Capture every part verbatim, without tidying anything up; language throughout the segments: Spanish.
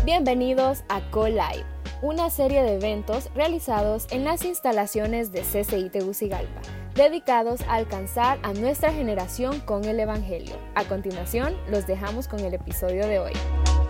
Bienvenidos a Co-Live, una serie de eventos realizados en las instalaciones de C C I Tegucigalpa, dedicados a alcanzar a nuestra generación con el Evangelio. A continuación, los dejamos con el episodio de hoy.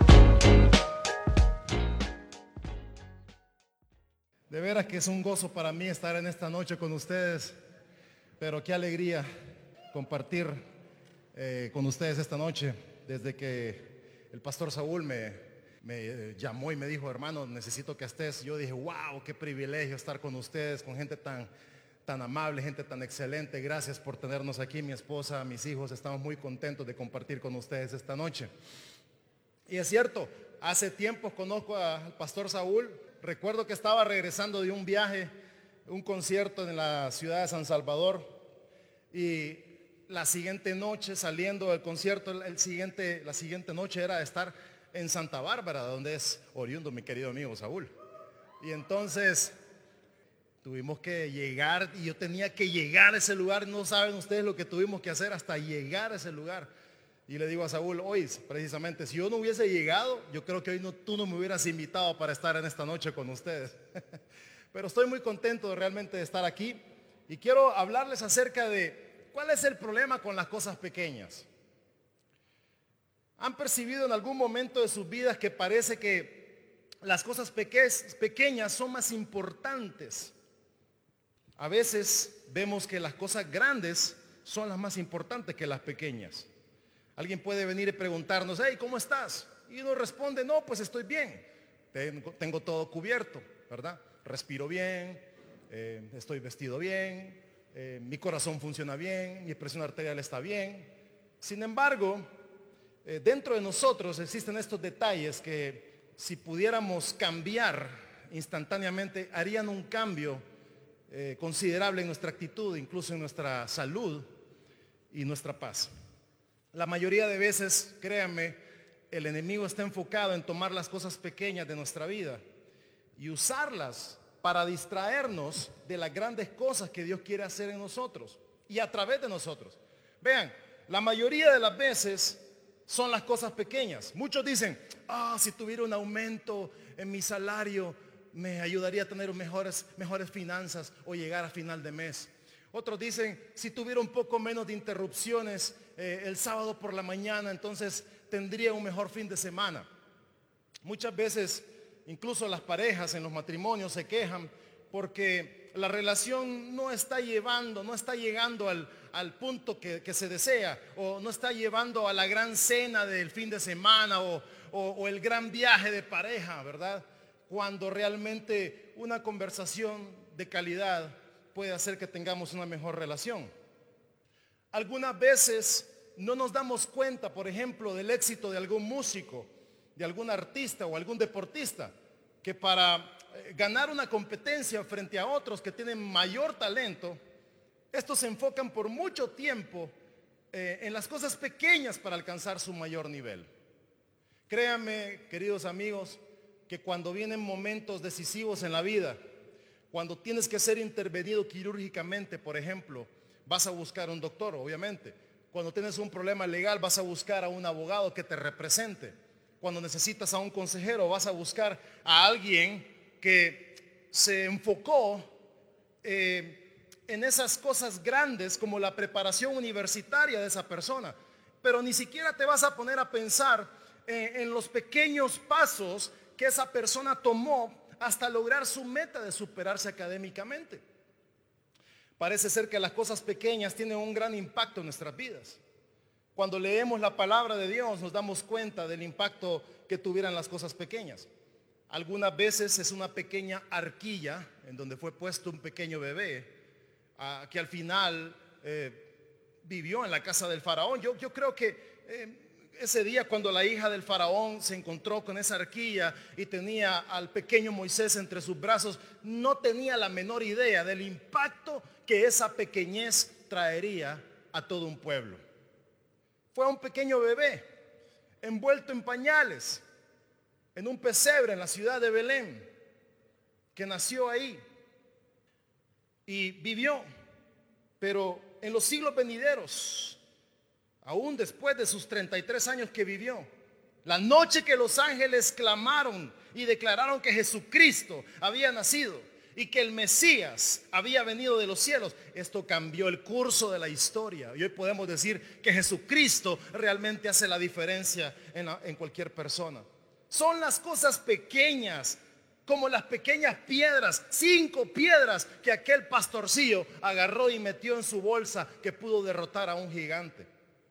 De veras que es un gozo para mí estar en esta noche con ustedes, pero qué alegría compartir eh, con ustedes esta noche. Desde que el pastor Saúl me, me llamó y me dijo, hermano, necesito que estés, yo dije, wow, qué privilegio estar con ustedes, con gente tan, tan amable, gente tan excelente. Gracias por tenernos aquí, mi esposa, mis hijos, estamos muy contentos de compartir con ustedes esta noche. Y es cierto, hace tiempo conozco al pastor Saúl. Recuerdo que estaba regresando de un viaje, un concierto en la ciudad de San Salvador, y la siguiente noche, saliendo del concierto, el siguiente, la siguiente noche era estar en Santa Bárbara, donde es oriundo mi querido amigo Saúl. Y entonces tuvimos que llegar, y yo tenía que llegar a ese lugar. No saben ustedes lo que tuvimos que hacer hasta llegar a ese lugar. Y le digo a Saúl, hoy precisamente, si yo no hubiese llegado, yo creo que hoy no, tú no me hubieras invitado para estar en esta noche con ustedes. Pero estoy muy contento de realmente de estar aquí. Y quiero hablarles acerca de cuál es el problema con las cosas pequeñas. ¿Han percibido en algún momento de sus vidas que parece que las cosas peque- pequeñas son más importantes? A veces vemos que las cosas grandes son las más importantes que las pequeñas. Alguien puede venir y preguntarnos, hey, ¿cómo estás? Y uno responde, no, pues estoy bien. Tengo, tengo todo cubierto, ¿verdad? Respiro bien, eh, estoy vestido bien, eh, mi corazón funciona bien, mi presión arterial está bien. Sin embargo, eh, dentro de nosotros existen estos detalles que si pudiéramos cambiar instantáneamente, harían un cambio eh, considerable en nuestra actitud, incluso en nuestra salud y nuestra paz. La mayoría de veces, créanme, el enemigo está enfocado en tomar las cosas pequeñas de nuestra vida y usarlas para distraernos de las grandes cosas que Dios quiere hacer en nosotros y a través de nosotros. Vean, la mayoría de las veces son las cosas pequeñas. Muchos dicen, ah, si tuviera un aumento en mi salario, me ayudaría a tener mejores, mejores finanzas o llegar a final de mes. Otros dicen, si tuviera un poco menos de interrupciones eh, el sábado por la mañana, entonces tendría un mejor fin de semana. Muchas veces, incluso las parejas en los matrimonios se quejan porque la relación no está llevando, no está llegando al, al punto que, que se desea, o no está llevando a la gran cena del fin de semana o, o, o el gran viaje de pareja, ¿verdad? Cuando realmente una conversación de calidad puede hacer que tengamos una mejor relación. Algunas veces no nos damos cuenta, por ejemplo, del éxito de algún músico, de algún artista o algún deportista, que para ganar una competencia frente a otros que tienen mayor talento, estos se enfocan por mucho tiempo eh, en las cosas pequeñas para alcanzar su mayor nivel. Créanme, queridos amigos, que cuando vienen momentos decisivos en la vida, cuando tienes que ser intervenido quirúrgicamente, por ejemplo, vas a buscar un doctor, obviamente. Cuando tienes un problema legal, vas a buscar a un abogado que te represente. Cuando necesitas a un consejero, vas a buscar a alguien que se enfocó eh, en esas cosas grandes como la preparación universitaria de esa persona. Pero ni siquiera te vas a poner a pensar eh, en los pequeños pasos que esa persona tomó hasta lograr su meta de superarse académicamente. Parece ser que las cosas pequeñas tienen un gran impacto en nuestras vidas. Cuando leemos la palabra de Dios nos damos cuenta del impacto que tuvieran las cosas pequeñas. Algunas veces es una pequeña arquilla en donde fue puesto un pequeño bebé uh, que al final eh, vivió en la casa del faraón. Yo, yo creo que eh, ese día cuando la hija del faraón se encontró con esa arquilla y tenía al pequeño Moisés entre sus brazos, no tenía la menor idea del impacto que esa pequeñez traería a todo un pueblo. Fue un pequeño bebé envuelto en pañales, en un pesebre en la ciudad de Belén, que nació ahí y vivió. Pero en los siglos venideros, aún después de sus treinta y tres años que vivió, La noche que los ángeles clamaron y declararon que Jesucristo había nacido y que el Mesías había venido de los cielos, esto cambió el curso de la historia. Y hoy podemos decir que Jesucristo realmente hace la diferencia en, la, en cualquier persona. Son las cosas pequeñas, como las pequeñas piedras, cinco piedras que aquel pastorcillo agarró y metió en su bolsa, que pudo derrotar a un gigante.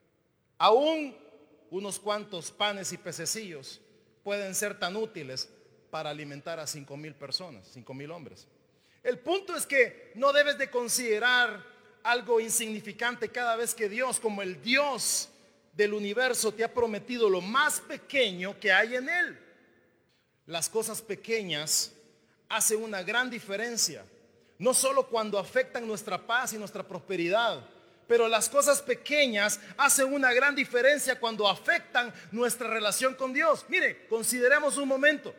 Aún unos cuantos panes y pececillos pueden ser tan útiles para alimentar a cinco mil personas, cinco mil hombres. El punto es que no debes de considerar algo insignificante cada vez que Dios, como el Dios del universo, te ha prometido lo más pequeño que hay en él. Las cosas pequeñas hacen una gran diferencia, no solo cuando afectan nuestra paz y nuestra prosperidad, pero las cosas pequeñas hacen una gran diferencia cuando afectan nuestra relación con Dios. Mire, consideremos un momento.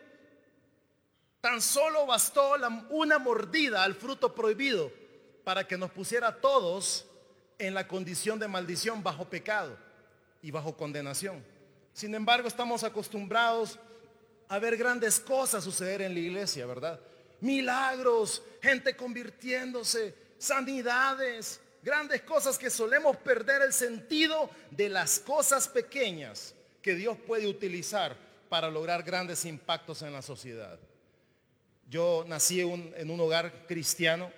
Tan solo bastó la, una mordida al fruto prohibido para que nos pusiera a todos en la condición de maldición, bajo pecado y bajo condenación. Sin embargo, estamos acostumbrados a ver grandes cosas suceder en la iglesia, ¿verdad? Milagros, gente convirtiéndose, sanidades, grandes cosas, que solemos perder el sentido de las cosas pequeñas que Dios puede utilizar para lograr grandes impactos en la sociedad. Yo nací en un, en un hogar cristiano.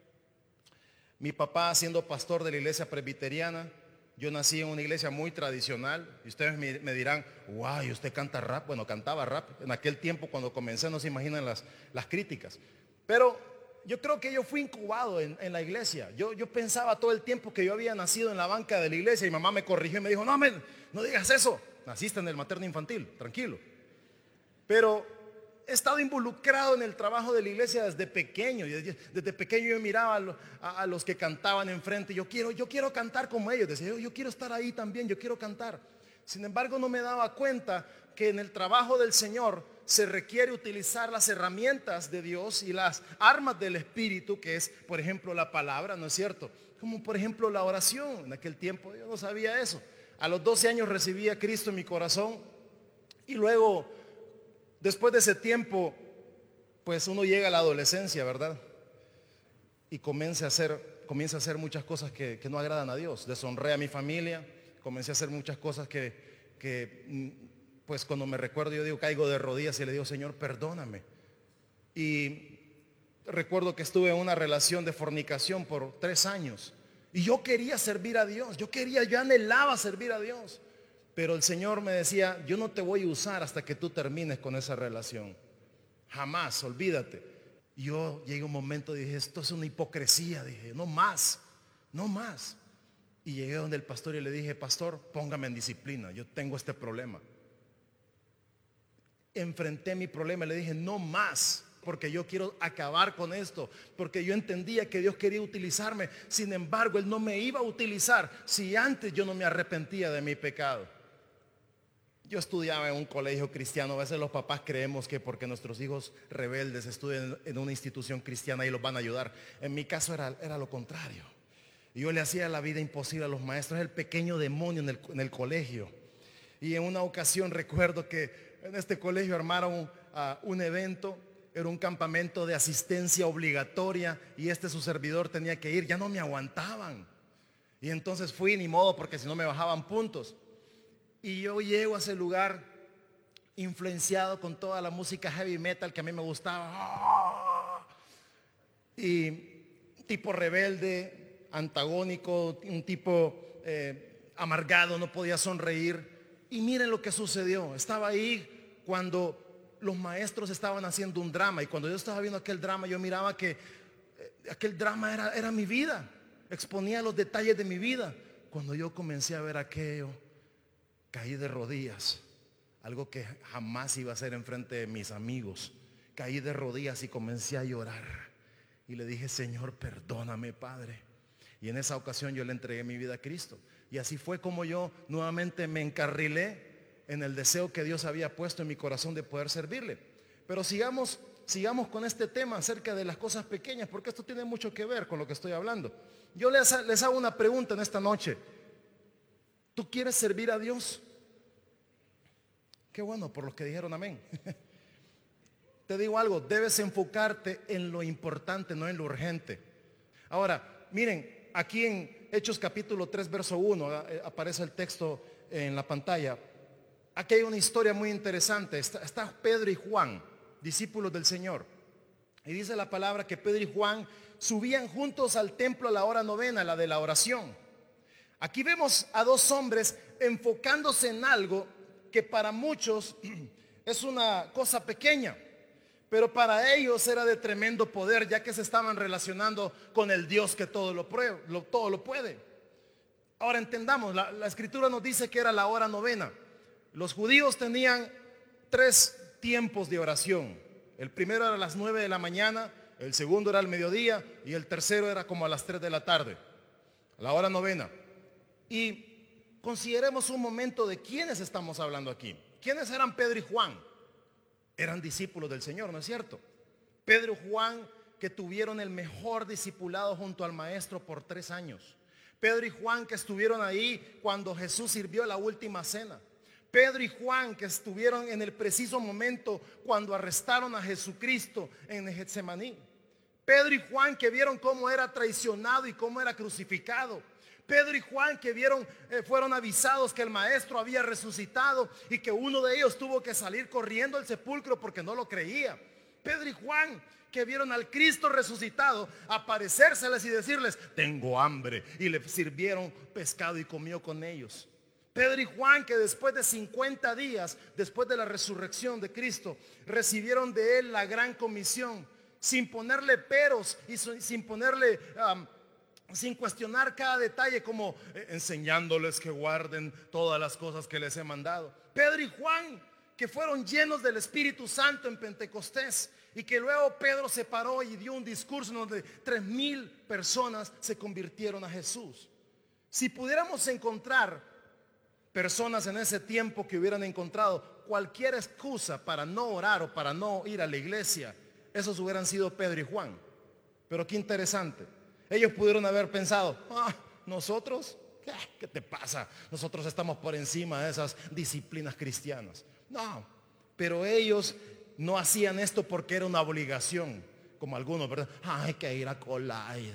Mi papá, siendo pastor de la iglesia presbiteriana, yo nací en una iglesia muy tradicional. Y ustedes me, me dirán, wow, ¿y usted canta rap? Bueno, cantaba rap. En aquel tiempo, cuando comencé, no se imaginan las, las críticas. Pero yo creo que yo fui incubado en, en la iglesia. Yo, yo pensaba todo el tiempo que yo había nacido en la banca de la iglesia. Y mamá me corrigió y me dijo, no, men, no digas eso. Naciste en el materno infantil, tranquilo. Pero he estado involucrado en el trabajo de la iglesia desde pequeño. Desde, desde pequeño yo miraba a, lo, a, a los que cantaban enfrente. Yo quiero, yo quiero cantar como ellos. Decía, yo, yo quiero estar ahí también, yo quiero cantar. Sin embargo, no me daba cuenta que en el trabajo del Señor se requiere utilizar las herramientas de Dios y las armas del Espíritu, que es, por ejemplo, la palabra, ¿no es cierto? Como por ejemplo la oración. En aquel tiempo yo no sabía eso. A los doce años recibí a Cristo en mi corazón. Y luego, después de ese tiempo, pues uno llega a la adolescencia, ¿verdad? Y comienza a hacer, comienza a hacer muchas cosas que, que no agradan a Dios. Deshonré a mi familia, comencé a hacer muchas cosas que, que, pues cuando me recuerdo, yo digo, caigo de rodillas y le digo, Señor, perdóname. Y recuerdo que estuve en una relación de fornicación por tres años. Y yo quería servir a Dios, yo quería, yo anhelaba servir a Dios. Pero el Señor me decía, yo no te voy a usar hasta que tú termines con esa relación. Jamás, olvídate. Y yo llegué a un momento y dije, esto es una hipocresía. Dije, no más, no más. Y llegué donde el pastor y le dije, pastor, póngame en disciplina, yo tengo este problema. Enfrenté mi problema y le dije, no más, porque yo quiero acabar con esto, porque yo entendía que Dios quería utilizarme. Sin embargo, Él no me iba a utilizar si antes yo no me arrepentía de mi pecado. Yo estudiaba en un colegio cristiano. A veces los papás creemos que porque nuestros hijos rebeldes estudian en una institución cristiana y los van a ayudar. En mi caso era, era lo contrario. Y yo le hacía la vida imposible a los maestros, el pequeño demonio en el, en el colegio. Y en una ocasión recuerdo que en este colegio armaron uh, un evento. Era un campamento de asistencia obligatoria y este su servidor tenía que ir. Ya no me aguantaban. Y entonces fui, ni modo, porque si no me bajaban puntos. Y yo llego a ese lugar influenciado con toda la música heavy metal que a mí me gustaba. Y tipo rebelde, antagónico, un tipo eh, amargado, no podía sonreír. Y miren lo que sucedió. Estaba ahí cuando los maestros estaban haciendo un drama. Y cuando yo estaba viendo aquel drama, yo miraba que eh, aquel drama era, era mi vida. Exponía los detalles de mi vida. Cuando yo comencé a ver aquello, caí de rodillas, algo que jamás iba a hacer enfrente de mis amigos. Caí de rodillas y comencé a llorar. Y le dije, Señor, perdóname, Padre. Y en esa ocasión yo le entregué mi vida a Cristo. Y así fue como yo nuevamente me encarrilé en el deseo que Dios había puesto en mi corazón de poder servirle. Pero sigamos, sigamos con este tema acerca de las cosas pequeñas, porque esto tiene mucho que ver con lo que estoy hablando. Yo les, les hago una pregunta en esta noche. ¿Tú quieres servir a Dios? Qué bueno por los que dijeron amén. Te digo algo, debes enfocarte en lo importante, no en lo urgente. Ahora, miren, aquí en Hechos capítulo tres, verso uno, aparece el texto en la pantalla. Aquí hay una historia muy interesante. Está, está Pedro y Juan, discípulos del Señor. Y dice la palabra que Pedro y Juan subían juntos al templo a la hora novena, la de la oración. Aquí vemos a dos hombres enfocándose en algo que para muchos es una cosa pequeña, pero para ellos era de tremendo poder, ya que se estaban relacionando con el Dios que todo lo, prueba, lo, todo lo puede. Ahora entendamos, la, la escritura nos dice que era la hora novena. Los judíos tenían tres tiempos de oración. El primero era a las nueve de la mañana, el segundo era al mediodía y el tercero era como a las tres de la tarde, la hora novena. Y consideremos un momento de quiénes estamos hablando aquí. ¿Quiénes eran Pedro y Juan? Eran discípulos del Señor, ¿no es cierto? Pedro y Juan, que tuvieron el mejor discipulado junto al maestro por tres años. Pedro y Juan, que estuvieron ahí cuando Jesús sirvió la última cena. Pedro y Juan, que estuvieron en el preciso momento cuando arrestaron a Jesucristo en Getsemaní. Pedro y Juan, que vieron cómo era traicionado y cómo era crucificado. Pedro y Juan, que vieron, eh, fueron avisados que el maestro había resucitado y que uno de ellos tuvo que salir corriendo al sepulcro porque no lo creía. Pedro y Juan, que vieron al Cristo resucitado aparecérseles y decirles: tengo hambre, y le sirvieron pescado y comió con ellos. Pedro y Juan, que después de cincuenta días, después de la resurrección de Cristo, recibieron de él la gran comisión, sin ponerle peros y sin ponerle um, sin cuestionar cada detalle, como eh, enseñándoles que guarden todas las cosas que les he mandado. Pedro y Juan, que fueron llenos del Espíritu Santo en Pentecostés, y que luego Pedro se paró y dio un discurso donde tres mil personas se convirtieron a Jesús. Si pudiéramos encontrar personas en ese tiempo que hubieran encontrado cualquier excusa para no orar o para no ir a la iglesia, esos hubieran sido Pedro y Juan. Pero qué interesante, ellos pudieron haber pensado: ah, nosotros, ¿qué, ¿qué te pasa? Nosotros estamos por encima de esas disciplinas cristianas. No, pero ellos no hacían esto porque era una obligación, como algunos, ¿verdad? Ah, hay que ir a Colay,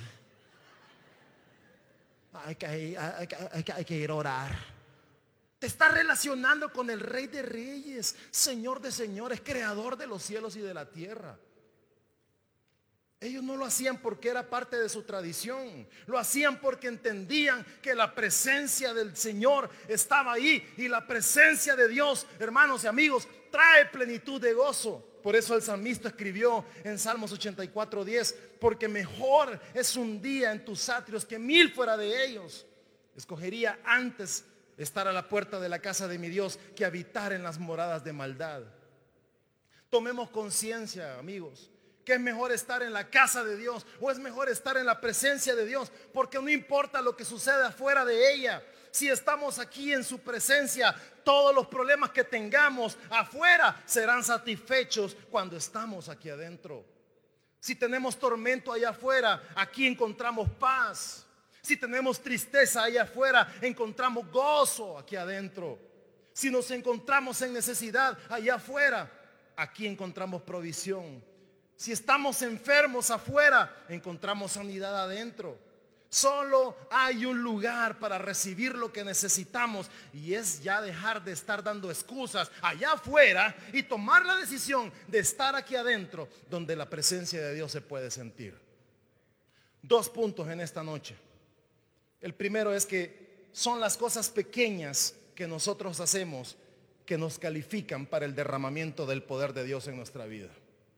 hay que, ir, hay, que, hay, que, hay que ir a orar. Te estás relacionando con el Rey de Reyes, Señor de Señores, Creador de los cielos y de la tierra. Ellos no lo hacían porque era parte de su tradición, lo hacían porque entendían que la presencia del Señor estaba ahí, y la presencia de Dios, hermanos y amigos, trae plenitud de gozo. Por eso el salmista escribió en Salmos ochenta y cuatro, diez: porque mejor es un día en tus atrios que mil fuera de ellos. Escogería antes estar a la puerta de la casa de mi Dios que habitar en las moradas de maldad. Tomemos conciencia, amigos, que es mejor estar en la casa de Dios o es mejor estar en la presencia de Dios, porque no importa lo que suceda afuera de ella. Si estamos aquí en su presencia, todos los problemas que tengamos afuera serán satisfechos cuando estamos aquí adentro. Si tenemos tormento allá afuera, aquí encontramos paz. Si tenemos tristeza allá afuera, encontramos gozo aquí adentro. Si nos encontramos en necesidad allá afuera, aquí encontramos provisión. Si estamos enfermos afuera, encontramos sanidad adentro. Solo hay un lugar para recibir lo que necesitamos, y es ya dejar de estar dando excusas allá afuera y tomar la decisión de estar aquí adentro, donde la presencia de Dios se puede sentir. Dos puntos en esta noche. El primero es que son las cosas pequeñas que nosotros hacemos que nos califican para el derramamiento del poder de Dios en nuestra vida.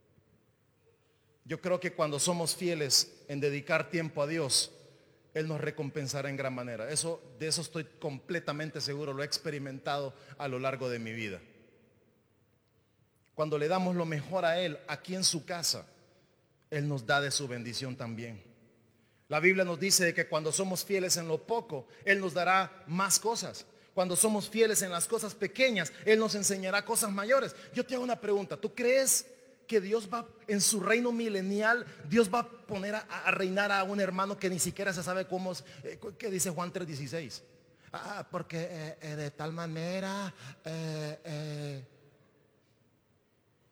Yo creo que cuando somos fieles en dedicar tiempo a Dios, Él nos recompensará en gran manera. Eso, de eso estoy completamente seguro, lo he experimentado a lo largo de mi vida. Cuando le damos lo mejor a Él aquí en su casa, Él nos da de su bendición también. La Biblia nos dice que cuando somos fieles en lo poco, Él nos dará más cosas. Cuando somos fieles en las cosas pequeñas, Él nos enseñará cosas mayores. Yo te hago una pregunta: ¿tú crees que Dios va en su reino milenial, Dios va a poner a, a reinar a un hermano que ni siquiera se sabe cómo es? Eh, ¿Qué dice Juan tres dieciséis? Ah, porque eh, eh, de tal manera eh, eh,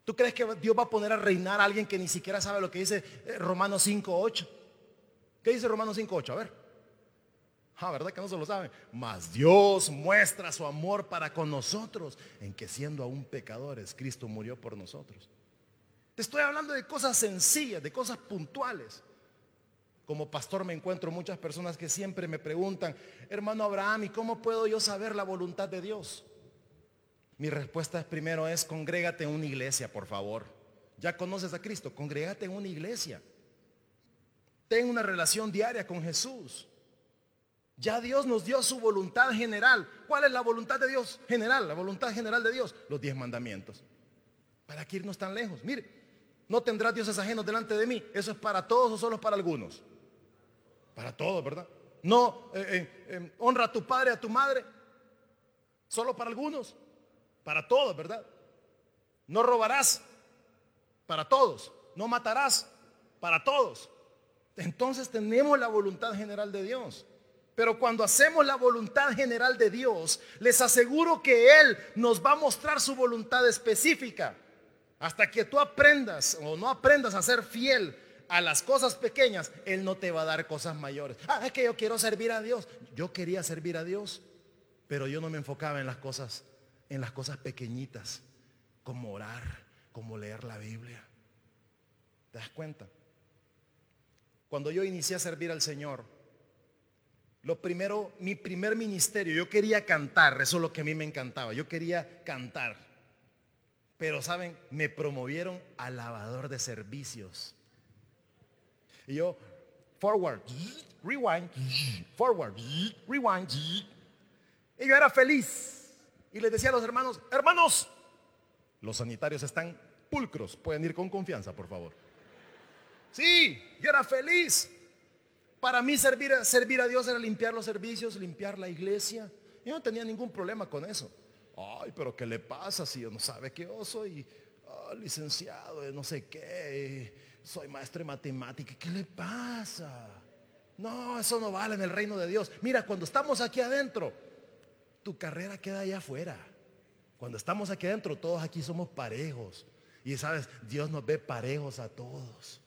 ¿Tú crees que Dios va a poner a reinar a alguien que ni siquiera sabe lo que dice Romanos cinco ocho? ¿Qué dice Romanos cinco ocho? A ver. Ah, ¿verdad que no se lo saben? Mas Dios muestra su amor para con nosotros, en que siendo aún pecadores, Cristo murió por nosotros. Te estoy hablando de cosas sencillas, de cosas puntuales. Como pastor me encuentro muchas personas que siempre me preguntan: hermano Abraham, ¿y cómo puedo yo saber la voluntad de Dios? Mi respuesta es, primero es: congrégate en una iglesia, por favor. Ya conoces a Cristo, congrégate en una iglesia. Ten una relación diaria con Jesús. Ya Dios nos dio su voluntad general. ¿Cuál es la voluntad de Dios general? La voluntad general de Dios, los diez mandamientos. ¿Para qué irnos tan lejos? Mire, no tendrás dioses ajenos delante de mí. ¿Eso es para todos o solo para algunos? Para todos, ¿verdad? No, eh, eh, eh, honra a tu padre, a tu madre. Solo para algunos. Para todos, ¿verdad? No robarás. Para todos. No matarás. Para todos. Entonces tenemos la voluntad general de Dios. Pero cuando hacemos la voluntad general de Dios, les aseguro que Él nos va a mostrar su voluntad específica. Hasta que tú aprendas o no aprendas a ser fiel a las cosas pequeñas, Él no te va a dar cosas mayores. Ah, es que yo quiero servir a Dios. Yo quería servir a Dios, pero yo no me enfocaba en las cosas, en las cosas pequeñitas, como orar, como leer la Biblia. ¿Te das cuenta? Cuando yo inicié a servir al Señor, lo primero, mi primer ministerio, yo quería cantar. Eso es lo que a mí me encantaba. Yo quería cantar. Pero saben, me promovieron a lavador de servicios. Y yo, forward, rewind, forward, rewind. Y yo era feliz. Y les decía a los hermanos: hermanos, los sanitarios están pulcros, pueden ir con confianza, por favor. Sí, yo era feliz. Para mí servir, servir a Dios era limpiar los servicios, limpiar la iglesia. Yo no tenía ningún problema con eso. Ay, pero ¿qué le pasa si yo no sabe que yo soy oh, licenciado de no sé qué, soy maestro de matemáticas? ¿Qué le pasa? No, eso no vale en el reino de Dios. Mira, cuando estamos aquí adentro, tu carrera queda allá afuera. Cuando estamos aquí adentro, todos aquí somos parejos. Y sabes, Dios nos ve parejos a todos.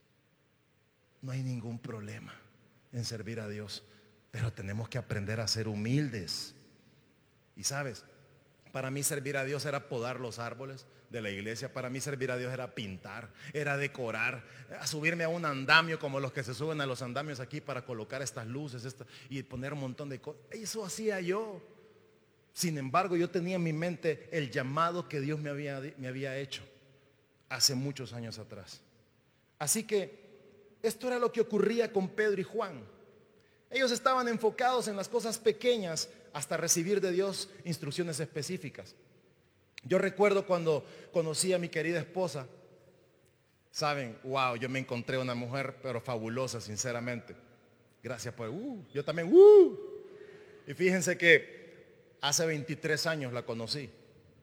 No hay ningún problema en servir a Dios, pero tenemos que aprender a ser humildes. Y sabes, para mí servir a Dios era podar los árboles de la iglesia. Para mí servir a Dios era pintar, era decorar, a subirme a un andamio como los que se suben a los andamios aquí para colocar estas luces esta, y poner un montón de cosas. Eso hacía yo. Sin embargo, yo tenía en mi mente el llamado que Dios me había, me había hecho hace muchos años atrás. Así que esto era lo que ocurría con Pedro y Juan. Ellos estaban enfocados en las cosas pequeñas hasta recibir de Dios instrucciones específicas. Yo recuerdo cuando conocí a mi querida esposa. Saben, wow, yo me encontré una mujer pero fabulosa, sinceramente. Gracias por, uh, yo también, uh. Y fíjense que hace veintitrés años la conocí.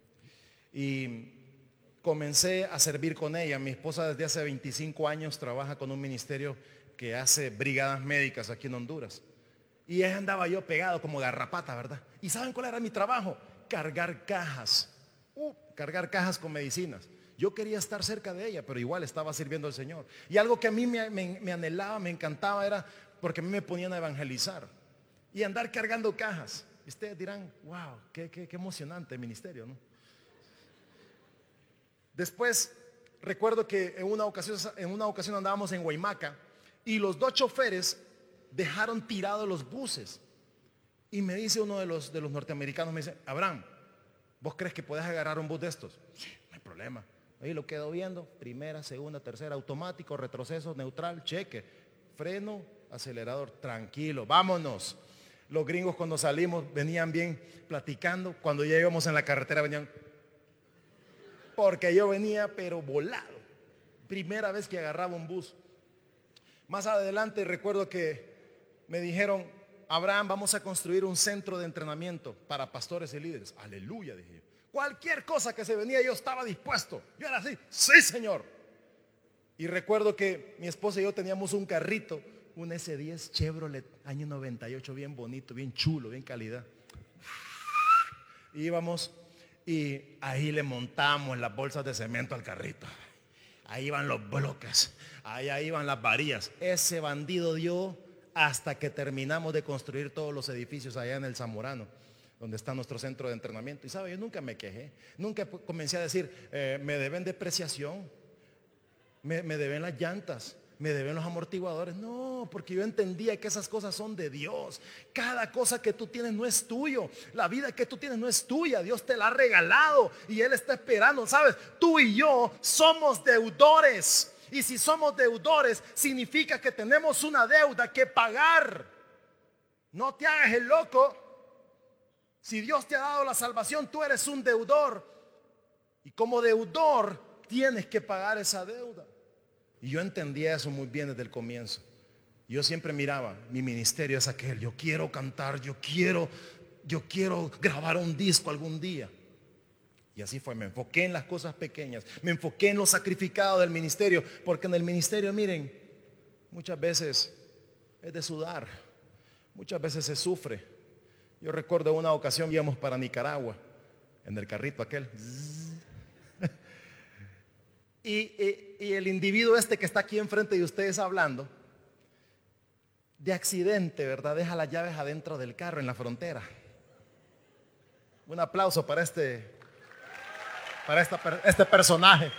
Y comencé a servir con ella. Mi esposa desde hace veinticinco años trabaja con un ministerio que hace brigadas médicas aquí en Honduras. Y ahí andaba yo pegado como garrapata, ¿verdad? ¿Y saben cuál era mi trabajo? Cargar cajas. Uh, cargar cajas con medicinas. Yo quería estar cerca de ella, pero igual estaba sirviendo al Señor. Y algo que a mí me, me, me anhelaba, me encantaba, era porque a mí me ponían a evangelizar y andar cargando cajas. Y ustedes dirán, wow, qué, qué, qué emocionante el ministerio, ¿no? Después recuerdo que en una ocasión, en una ocasión andábamos en Guaymaca y los dos choferes dejaron tirados los buses. Y me dice uno de los, de los norteamericanos, me dice: Abraham, ¿vos crees que podés agarrar un bus de estos? Sí, no hay problema. Ahí lo quedo viendo, primera, segunda, tercera, automático, retroceso, neutral, cheque, freno, acelerador, tranquilo, vámonos. Los gringos cuando salimos venían bien platicando, cuando ya íbamos en la carretera venían, porque yo venía pero volado, primera vez que agarraba un bus. Más adelante recuerdo que me dijeron: Abraham, vamos a construir un centro de entrenamiento para pastores y líderes. Aleluya, dije yo. Cualquier cosa que se venía yo estaba dispuesto. Yo era así, sí Señor. Y recuerdo que mi esposa y yo teníamos un carrito, un ese diez Chevrolet año noventa y ocho, bien bonito, bien chulo, bien calidad. Y íbamos Y ahí le montamos las bolsas de cemento al carrito. Ahí van los bloques, ahí, ahí van las varillas. Ese bandido dio hasta que terminamos de construir todos los edificios allá en el Zamorano, donde está nuestro centro de entrenamiento. Y sabe, yo nunca me quejé, nunca comencé a decir, eh, me deben depreciación, me, me deben las llantas, me deben los amortiguadores. No, porque yo entendía que esas cosas son de Dios. Cada cosa que tú tienes no es tuyo. La vida que tú tienes no es tuya. Dios te la ha regalado y Él está esperando. ¿Sabes? Tú y yo somos deudores. Y si somos deudores, significa que tenemos una deuda que pagar. No te hagas el loco. Si Dios te ha dado la salvación, tú eres un deudor. Y como deudor, tienes que pagar esa deuda. Y yo entendía eso muy bien desde el comienzo. Yo siempre miraba, mi ministerio es aquel, yo quiero cantar, yo quiero, yo quiero grabar un disco algún día. Y así fue, me enfoqué en las cosas pequeñas, me enfoqué en lo sacrificado del ministerio, porque en el ministerio, miren, muchas veces es de sudar, muchas veces se sufre. Yo recuerdo una ocasión íbamos para Nicaragua, en el carrito aquel. Y, y, y el individuo este que está aquí enfrente de ustedes hablando, de accidente, ¿verdad? Deja las llaves adentro del carro en la frontera. Un aplauso para este, para esta, este personaje.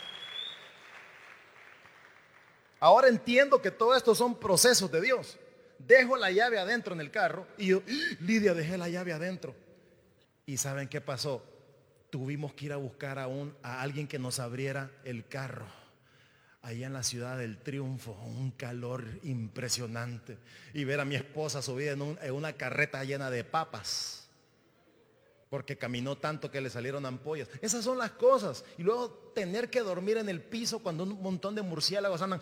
Ahora entiendo que todo esto son procesos de Dios. Dejo la llave adentro en el carro y yo, Lidia, dejé la llave adentro. ¿Y saben qué pasó? Tuvimos que ir a buscar a, un, a alguien que nos abriera el carro. Allá en la ciudad del Triunfo, un calor impresionante. Y ver a mi esposa subida en, un, en una carreta llena de papas. Porque caminó tanto que le salieron ampollas. Esas son las cosas. Y luego tener que dormir en el piso cuando un montón de murciélagos andan.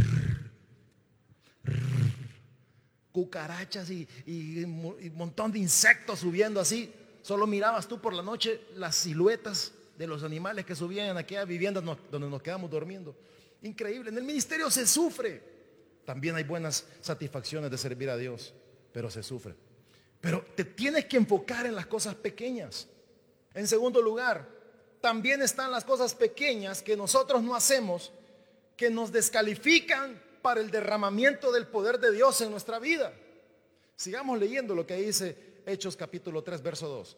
Cucarachas y, y, y un montón de insectos subiendo así. Solo mirabas tú por la noche las siluetas de los animales que subían en aquella vivienda donde nos quedamos durmiendo. Increíble. En el ministerio se sufre. También hay buenas satisfacciones de servir a Dios, pero se sufre. Pero te tienes que enfocar en las cosas pequeñas. En segundo lugar, también están las cosas pequeñas que nosotros no hacemos, que nos descalifican para el derramamiento del poder de Dios en nuestra vida. Sigamos leyendo lo que dice Hechos capítulo tres, verso dos.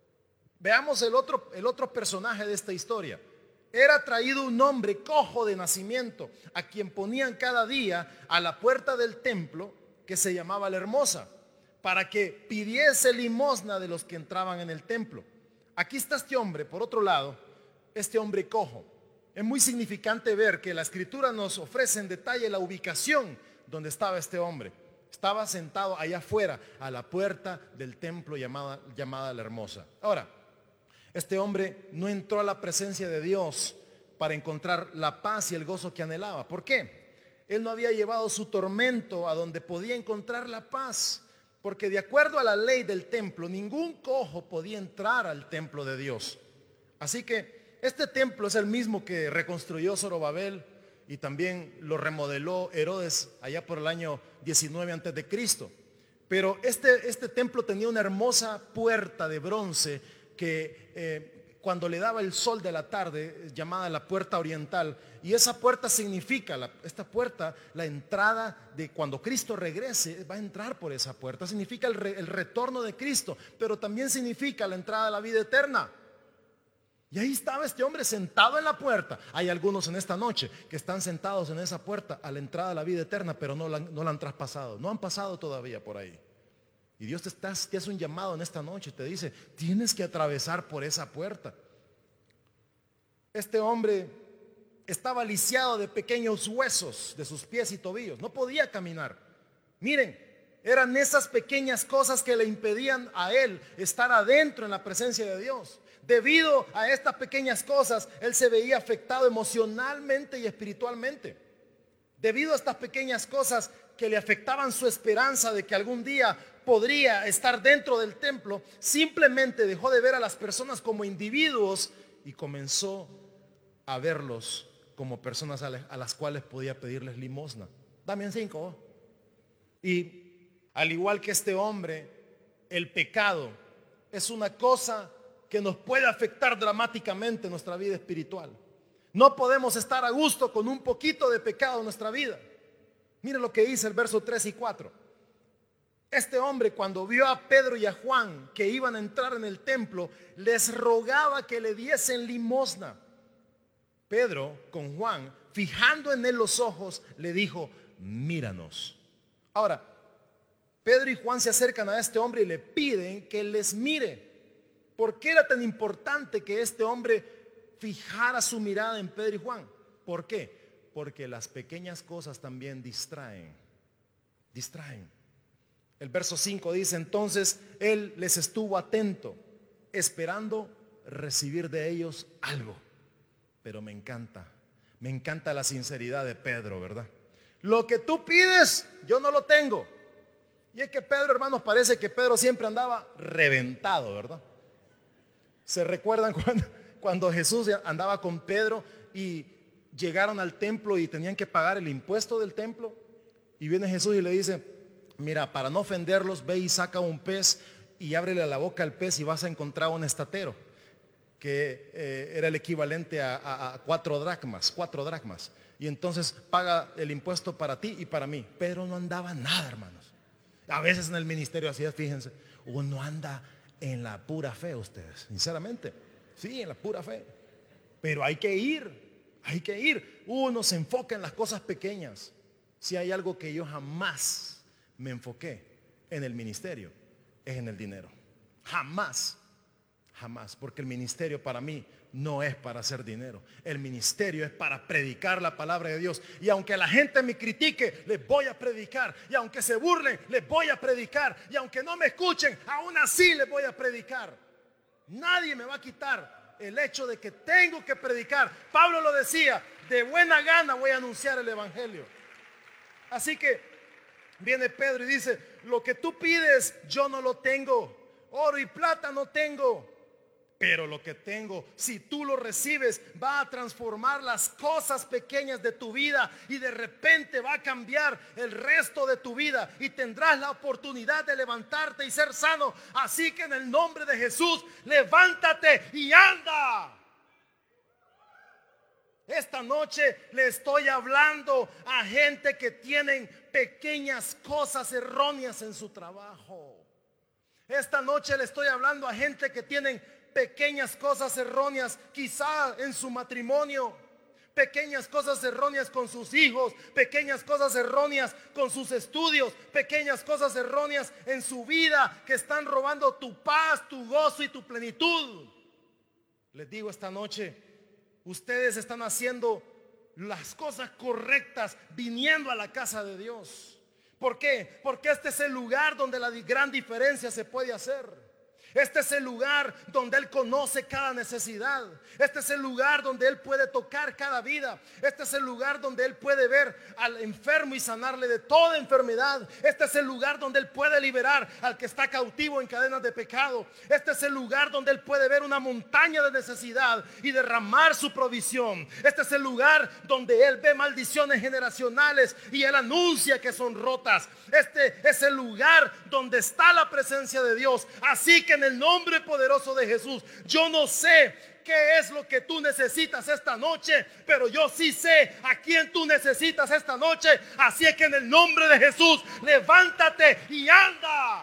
Veamos el otro, el otro personaje de esta historia. Era traído un hombre cojo de nacimiento, a quien ponían cada día a la puerta del templo, que se llamaba La Hermosa, para que pidiese limosna de los que entraban en el templo. Aquí está este hombre, por otro lado, este hombre cojo. Es muy significante ver que la escritura nos ofrece en detalle la ubicación donde estaba este hombre. Estaba sentado allá afuera, a la puerta del templo llamada, llamada La Hermosa. Ahora, este hombre no entró a la presencia de Dios para encontrar la paz y el gozo que anhelaba. ¿Por qué? Él no había llevado su tormento a donde podía encontrar la paz. Porque de acuerdo a la ley del templo, ningún cojo podía entrar al templo de Dios. Así que este templo es el mismo que reconstruyó Zorobabel y también lo remodeló Herodes allá por el año diecinueve antes de Cristo. Pero este, este templo tenía una hermosa puerta de bronce que eh, cuando le daba el sol de la tarde, llamada la puerta oriental, y esa puerta significa, la, esta puerta, la entrada de cuando Cristo regrese, va a entrar por esa puerta, significa el, re, el retorno de Cristo, pero también significa la entrada a la vida eterna. Y ahí estaba este hombre sentado en la puerta. Hay algunos en esta noche que están sentados en esa puerta a la entrada a la vida eterna, pero no la, no la han traspasado, no han pasado todavía por ahí. Y Dios te, está, te hace un llamado en esta noche, te dice, tienes que atravesar por esa puerta. Este hombre estaba lisiado de pequeños huesos de sus pies y tobillos, no podía caminar. Miren, eran esas pequeñas cosas que le impedían a él estar adentro en la presencia de Dios. Debido a estas pequeñas cosas, él se veía afectado emocionalmente y espiritualmente. Debido a estas pequeñas cosas que le afectaban su esperanza de que algún día podría estar dentro del templo, simplemente dejó de ver a las personas como individuos y comenzó a verlos como personas a las cuales podía pedirles limosna. Dame un cinco. Y al igual que este hombre, el pecado es una cosa que nos puede afectar dramáticamente en nuestra vida espiritual. No podemos estar a gusto con un poquito de pecado en nuestra vida. Mire lo que dice el verso tres y cuatro. Este hombre, cuando vio a Pedro y a Juan que iban a entrar en el templo, les rogaba que le diesen limosna. Pedro, con Juan, fijando en él los ojos, le dijo: míranos. Ahora, Pedro y Juan se acercan a este hombre y le piden que les mire. ¿Por qué era tan importante que este hombre fijara su mirada en Pedro y Juan? ¿Por qué? Porque las pequeñas cosas también distraen. Distraen. El verso cinco dice: entonces él les estuvo atento, esperando recibir de ellos algo. Pero me encanta, me encanta la sinceridad de Pedro, ¿verdad? Lo que tú pides, yo no lo tengo. Y es que Pedro, hermanos, parece que Pedro siempre andaba reventado, ¿verdad? ¿Se recuerdan cuando, cuando Jesús andaba con Pedro y llegaron al templo y tenían que pagar el impuesto del templo? Y viene Jesús y le dice: mira, para no ofenderlos, ve y saca un pez y ábrele la boca al pez y vas a encontrar un estatero, que eh, era el equivalente a, a, a cuatro dracmas, cuatro dracmas. Y entonces paga el impuesto para ti y para mí. Pedro no andaba nada, hermanos. A veces en el ministerio así es, fíjense, uno anda en la pura fe, ustedes, sinceramente. Sí, en la pura fe. Pero hay que ir, hay que ir. Uno se enfoca en las cosas pequeñas. Si hay algo que yo jamás me enfoqué en el ministerio, es en el dinero. Jamás, jamás. Porque el ministerio para mí no es para hacer dinero. El ministerio es para predicar la palabra de Dios. Y aunque la gente me critique, les voy a predicar. Y aunque se burlen, les voy a predicar. Y aunque no me escuchen, aún así les voy a predicar. Nadie me va a quitar el hecho de que tengo que predicar. Pablo lo decía: de buena gana voy a anunciar el evangelio. Así que viene Pedro y dice: lo que tú pides yo no lo tengo, oro y plata no tengo, pero lo que tengo, si tú lo recibes, va a transformar las cosas pequeñas de tu vida y de repente va a cambiar el resto de tu vida y tendrás la oportunidad de levantarte y ser sano. Así que en el nombre de Jesús, levántate y anda. Esta noche le estoy hablando a gente que tienen pequeñas cosas erróneas en su trabajo. Esta noche le estoy hablando a gente que tienen pequeñas cosas erróneas, quizá en su matrimonio, pequeñas cosas erróneas con sus hijos, pequeñas cosas erróneas con sus estudios, pequeñas cosas erróneas en su vida que están robando tu paz, tu gozo y tu plenitud. Les digo esta noche, ustedes están haciendo las cosas correctas viniendo a la casa de Dios. ¿Por qué? Porque este es el lugar donde la gran diferencia se puede hacer. Este es el lugar donde Él conoce cada necesidad. Este es el lugar donde Él puede tocar cada vida. Este es el lugar donde Él puede ver al enfermo y sanarle de toda enfermedad. Este es el lugar donde Él puede liberar al que está cautivo en cadenas de pecado. Este es el lugar donde Él puede ver una montaña de necesidad y derramar su provisión. Este es el lugar donde Él ve maldiciones generacionales y Él anuncia que son rotas. Este es el lugar donde está la presencia de Dios. Así que en el nombre poderoso de Jesús, yo no sé qué es lo que tú necesitas esta noche, pero yo sí sé a quién tú necesitas esta noche. Así es que en el nombre de Jesús, levántate y anda.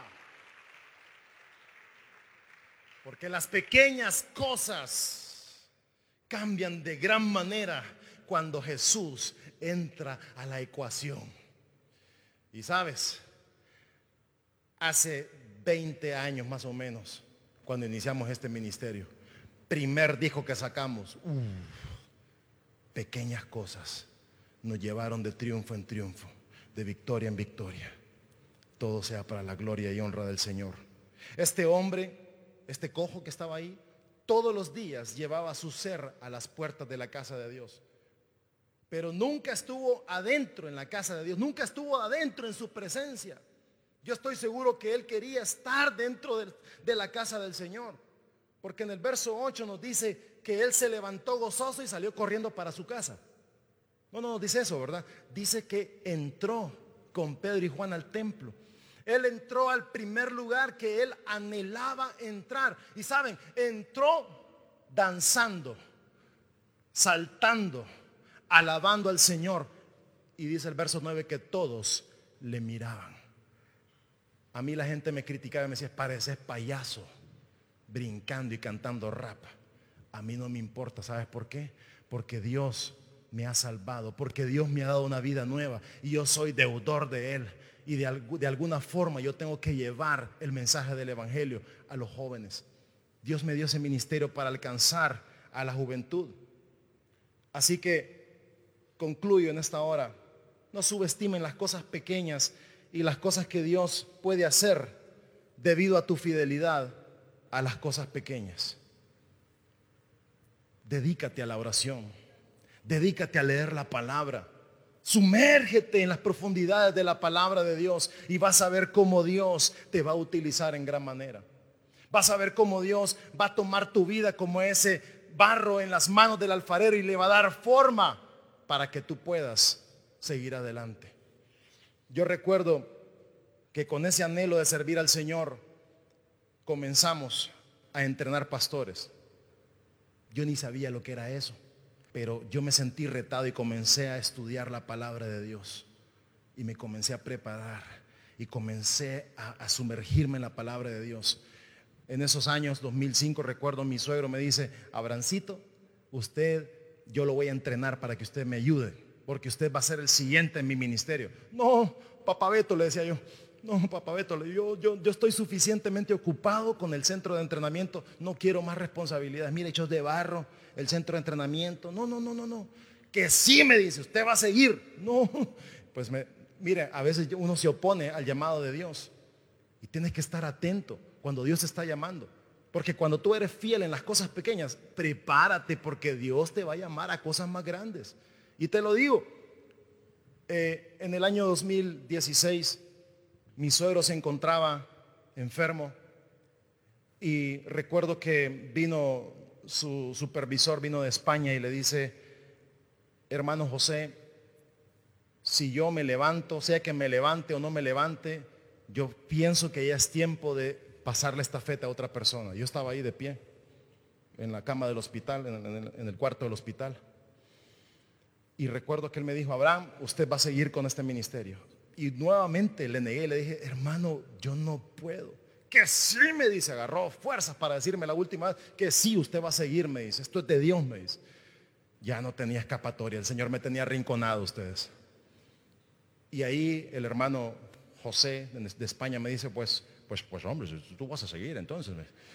Porque las pequeñas cosas cambian de gran manera cuando Jesús entra a la ecuación. Y sabes, hace veinte años más o menos, cuando iniciamos este ministerio, primer disco que sacamos, uh, pequeñas cosas nos llevaron de triunfo en triunfo, de victoria en victoria. Todo sea para la gloria y honra del Señor. Este hombre, este cojo que estaba ahí, todos los días llevaba su ser a las puertas de la casa de Dios, pero nunca estuvo adentro en la casa de Dios, nunca estuvo adentro en su presencia. Yo estoy seguro que él quería estar dentro de, de la casa del Señor, porque en el verso ocho nos dice que él se levantó gozoso y salió corriendo para su casa. No, no nos dice eso, ¿verdad? Dice que entró con Pedro y Juan al templo. Él entró al primer lugar que él anhelaba entrar. Y saben, entró danzando, saltando, alabando al Señor. Y dice el verso nueve que todos le miraban. A mí la gente me criticaba y me decía, pareces payaso, brincando y cantando rap. A mí no me importa, ¿sabes por qué? Porque Dios me ha salvado, porque Dios me ha dado una vida nueva y yo soy deudor de Él. Y de, de alguna forma yo tengo que llevar el mensaje del evangelio a los jóvenes. Dios me dio ese ministerio para alcanzar a la juventud. Así que concluyo en esta hora. No subestimen las cosas pequeñas y las cosas que Dios puede hacer debido a tu fidelidad a las cosas pequeñas. Dedícate a la oración. Dedícate a leer la palabra. Sumérgete en las profundidades de la palabra de Dios y vas a ver cómo Dios te va a utilizar en gran manera. Vas a ver cómo Dios va a tomar tu vida como ese barro en las manos del alfarero y le va a dar forma para que tú puedas seguir adelante. Yo recuerdo que con ese anhelo de servir al Señor comenzamos a entrenar pastores. Yo ni sabía lo que era eso, pero yo me sentí retado y comencé a estudiar la palabra de Dios y me comencé a preparar y comencé a, a sumergirme en la palabra de Dios. En esos años, dos mil cinco, recuerdo, mi suegro me dice, Abrancito, usted, yo lo voy a entrenar para que usted me ayude, porque usted va a ser el siguiente en mi ministerio. No, papá Beto, le decía yo, no, papá Beto, yo, yo, yo estoy suficientemente ocupado con el centro de entrenamiento, no quiero más responsabilidades. Mire, hechos de barro, el centro de entrenamiento, no, no, no, no, no, que sí, me dice, usted va a seguir. No, pues me, mire, a veces uno se opone al llamado de Dios y tienes que estar atento cuando Dios te está llamando, porque cuando tú eres fiel en las cosas pequeñas, prepárate porque Dios te va a llamar a cosas más grandes. Y te lo digo, eh, en el año dos mil dieciséis mi suegro se encontraba enfermo y recuerdo que vino su supervisor, vino de España y le dice, hermano José, si yo me levanto, sea que me levante o no me levante, yo pienso que ya es tiempo de pasarle esta estafeta a otra persona. Yo estaba ahí de pie en la cama del hospital, en el, en el cuarto del hospital, y recuerdo que él me dijo, Abraham, usted va a seguir con este ministerio. Y nuevamente le negué, le dije, hermano, yo no puedo. Que sí, me dice, agarró fuerzas para decirme la última vez, que sí, usted va a seguir, me dice, esto es de Dios, me dice. Ya no tenía escapatoria, el Señor me tenía arrinconado, ustedes. Y ahí el hermano José de España me dice, pues, pues, pues hombre, tú vas a seguir entonces.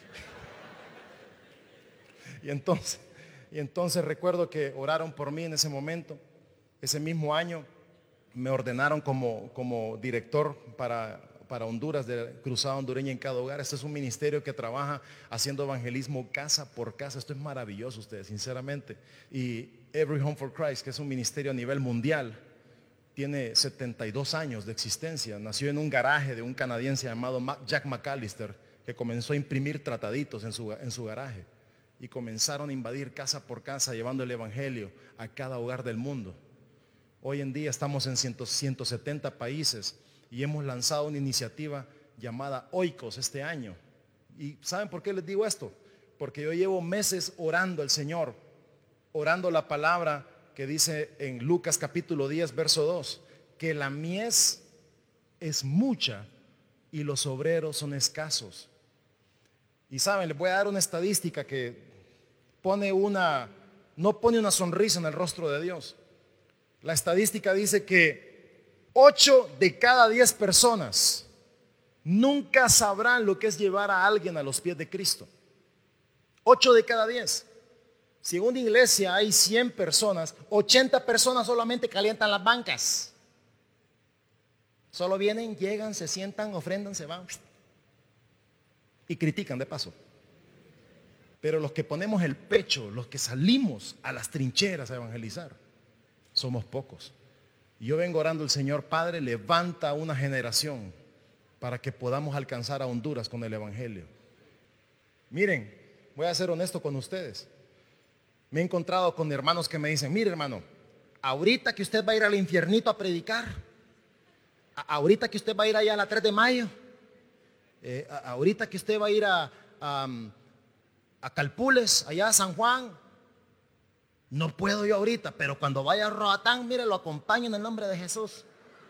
Y entonces, y entonces recuerdo que oraron por mí en ese momento. Ese mismo año me ordenaron como, como director para, para Honduras, de Cruzada Hondureña en Cada Hogar. Este es un ministerio que trabaja haciendo evangelismo casa por casa. Esto es maravilloso, ustedes, sinceramente. Y Every Home for Christ, que es un ministerio a nivel mundial, tiene setenta y dos años de existencia. Nació en un garaje de un canadiense llamado Jack McAllister, que comenzó a imprimir trataditos en su, en su garaje. Y comenzaron a invadir casa por casa, llevando el evangelio a cada hogar del mundo. Hoy en día estamos en ciento setenta países y hemos lanzado una iniciativa llamada Oikos este año. ¿Y saben por qué les digo esto? Porque yo llevo meses orando al Señor, orando la palabra que dice en Lucas capítulo diez, verso dos, que la mies es mucha y los obreros son escasos. Y saben, les voy a dar una estadística que pone una, no pone una sonrisa en el rostro de Dios. La estadística dice que ocho de cada diez personas nunca sabrán lo que es llevar a alguien a los pies de Cristo. ocho de cada diez. Si en una iglesia hay cien personas, ochenta personas solamente calientan las bancas. Solo vienen, llegan, se sientan, ofrendan, se van y critican de paso. Pero los que ponemos el pecho, los que salimos a las trincheras a evangelizar, somos pocos. Y yo vengo orando al Señor, Padre, levanta una generación para que podamos alcanzar a Honduras con el evangelio. Miren, voy a ser honesto con ustedes. Me he encontrado con hermanos que me dicen, mire hermano, ahorita que usted va a ir al infiernito a predicar, A- ahorita que usted va a ir allá a la tres de mayo, eh, a- ahorita que usted va a ir a, a, a Calpules, allá a San Juan, no puedo yo ahorita, pero cuando vaya a Roatán, mire, lo acompaño en el nombre de Jesús.